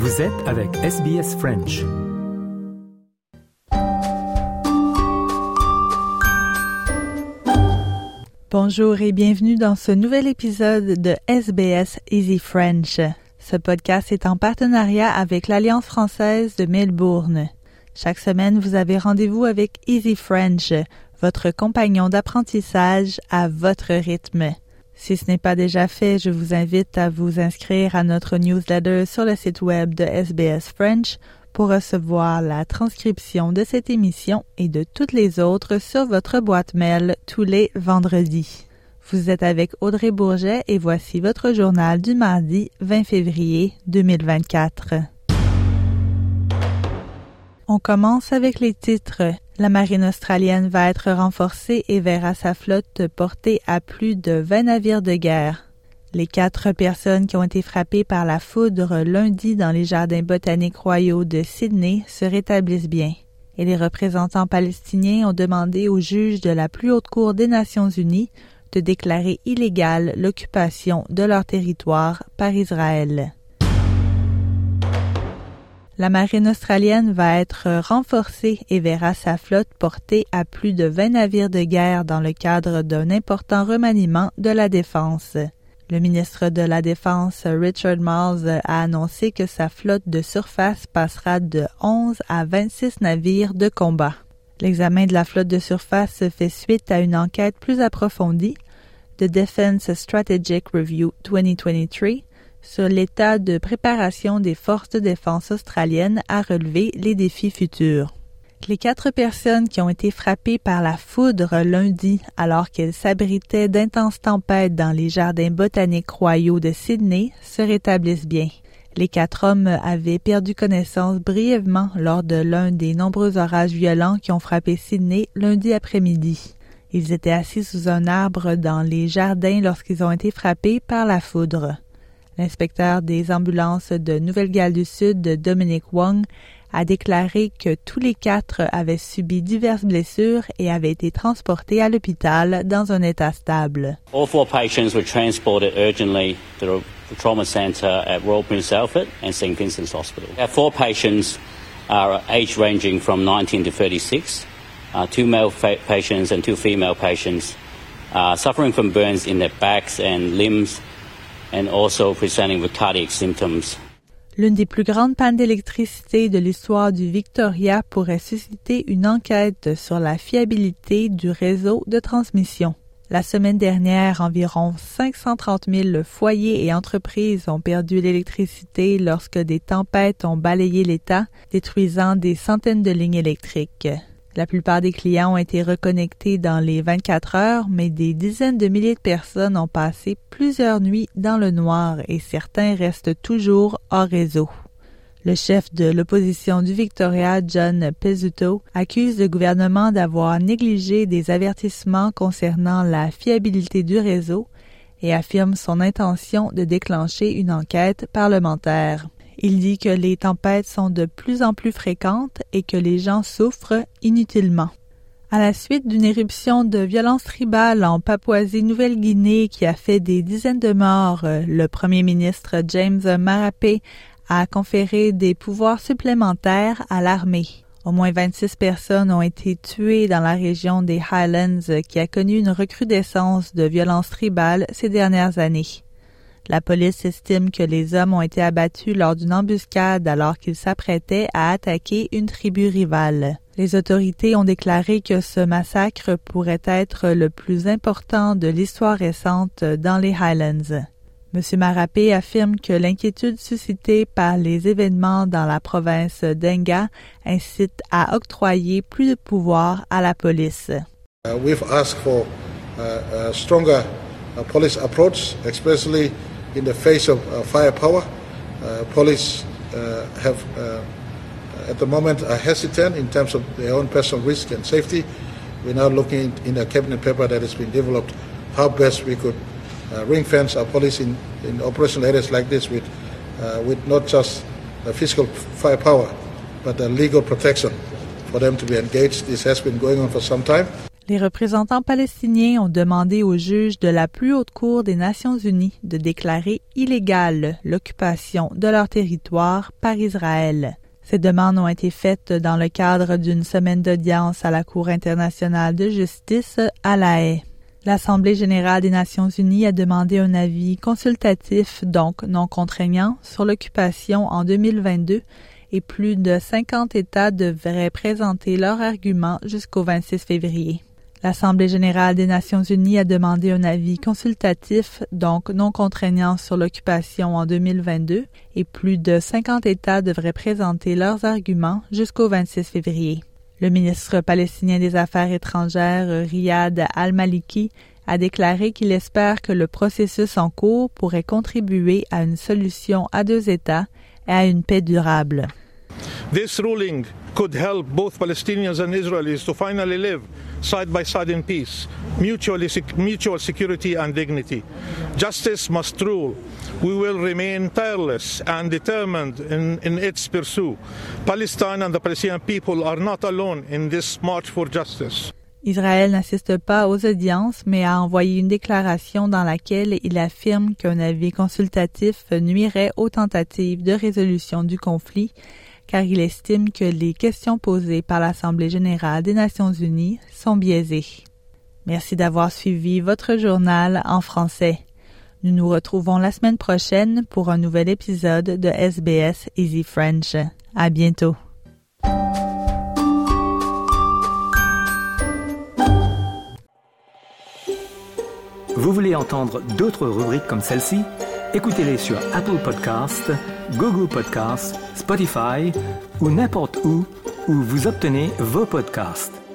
Vous êtes avec SBS French. Bonjour et bienvenue dans ce nouvel épisode de SBS Easy French. Ce podcast est en partenariat avec l'Alliance française de Melbourne. Chaque semaine, vous avez rendez-vous avec Easy French, votre compagnon d'apprentissage à votre rythme. Si ce n'est pas déjà fait, je vous invite à vous inscrire à notre newsletter sur le site web de SBS French pour recevoir la transcription de cette émission et de toutes les autres sur votre boîte mail tous les vendredis. Vous êtes avec Audrey Bourget et voici votre journal du mardi 20 février 2024. On commence avec les titres. La marine australienne va être renforcée et verra sa flotte portée à plus de 20 navires de guerre. Les 4 personnes qui ont été frappées par la foudre lundi dans les jardins botaniques royaux de Sydney se rétablissent bien. Et les représentants palestiniens ont demandé au juge de la plus haute cour des Nations unies de déclarer illégale l'occupation de leur territoire par Israël. La marine australienne va être renforcée et verra sa flotte portée à plus de 20 navires de guerre dans le cadre d'un important remaniement de la défense. Le ministre de la Défense, Richard Marles, a annoncé que sa flotte de surface passera de 11 à 26 navires de combat. L'examen de la flotte de surface fait suite à une enquête plus approfondie de Defense Strategic Review 2023 sur l'état de préparation des forces de défense australiennes à relever les défis futurs. Les 4 personnes qui ont été frappées par la foudre lundi alors qu'elles s'abritaient d'intenses tempêtes dans les jardins botaniques royaux de Sydney se rétablissent bien. Les 4 hommes avaient perdu connaissance brièvement lors de l'un des nombreux orages violents qui ont frappé Sydney lundi après-midi. Ils étaient assis sous un arbre dans les jardins lorsqu'ils ont été frappés par la foudre. L'inspecteur des ambulances de Nouvelle-Galles du Sud, Dominic Wong, a déclaré que tous les 4 avaient subi diverses blessures et avaient été transportés à l'hôpital dans un état stable. All 4 patients were transported urgently to the trauma centre at Royal Prince Alfred and St Vincent's Hospital. Our 4 patients are age ranging from 19 to 36. 2 male patients and 2 female patients suffering from burns in their backs and limbs and also presenting with cardiac symptoms. L'une des plus grandes pannes d'électricité de l'histoire du Victoria pourrait susciter une enquête sur la fiabilité du réseau de transmission. La semaine dernière, environ 530 000 foyers et entreprises ont perdu l'électricité lorsque des tempêtes ont balayé l'État, détruisant des centaines de lignes électriques. La plupart des clients ont été reconnectés dans les 24 heures, mais des dizaines de milliers de personnes ont passé plusieurs nuits dans le noir et certains restent toujours hors réseau. Le chef de l'opposition du Victoria, John Pezzuto, accuse le gouvernement d'avoir négligé des avertissements concernant la fiabilité du réseau et affirme son intention de déclencher une enquête parlementaire. Il dit que les tempêtes sont de plus en plus fréquentes et que les gens souffrent inutilement. À la suite d'une éruption de violence tribale en Papouasie-Nouvelle-Guinée qui a fait des dizaines de morts, le premier ministre James Marape a conféré des pouvoirs supplémentaires à l'armée. Au moins 26 personnes ont été tuées dans la région des Highlands qui a connu une recrudescence de violence tribale ces dernières années. La police estime que les hommes ont été abattus lors d'une embuscade alors qu'ils s'apprêtaient à attaquer une tribu rivale. Les autorités ont déclaré que ce massacre pourrait être le plus important de l'histoire récente dans les Highlands. M. Marape affirme que l'inquiétude suscitée par les événements dans la province d'Enga incite à octroyer plus de pouvoir à la police. We've asked for a stronger police approach, especially in the face of firepower. Police have at the moment are hesitant in terms of their own personal risk and safety. We're now looking in a cabinet paper that has been developed how best we could ring fence our police in operational areas like this with not just physical firepower but legal protection for them to be engaged. This has been going on for some time. Les représentants palestiniens ont demandé aux juges de la plus haute cour des Nations unies de déclarer illégale l'occupation de leur territoire par Israël. Ces demandes ont été faites dans le cadre d'une semaine d'audience à la Cour internationale de justice à La Haye. L'Assemblée générale des Nations unies a demandé un avis consultatif, donc non contraignant, sur l'occupation en 2022 et plus de 50 États devraient présenter leurs arguments jusqu'au 26 février. L'Assemblée générale des Nations unies a demandé un avis consultatif, donc non contraignant sur l'occupation en 2022, et plus de 50 États devraient présenter leurs arguments jusqu'au 26 février. Le ministre palestinien des Affaires étrangères, Riyad al-Maliki, a déclaré qu'il espère que le processus en cours pourrait contribuer à une solution à 2 États et à une paix durable. This ruling could help both Palestinians and Israelis to finally live side by side in peace, mutual security and dignity. Justice must rule. We will remain tireless and determined in its pursuit. Palestine and the Palestinian people are not alone in this march for justice. Israël n'assiste pas aux audiences, mais a envoyé une déclaration dans laquelle il affirme qu'un avis consultatif nuirait aux tentatives de résolution du conflit, car il estime que les questions posées par l'Assemblée générale des Nations unies sont biaisées. Merci d'avoir suivi votre journal en français. Nous nous retrouvons la semaine prochaine pour un nouvel épisode de SBS Easy French. À bientôt. Vous voulez entendre d'autres rubriques comme celle-ci? Écoutez-les sur Apple Podcasts, Google Podcasts, Spotify ou n'importe où vous obtenez vos podcasts.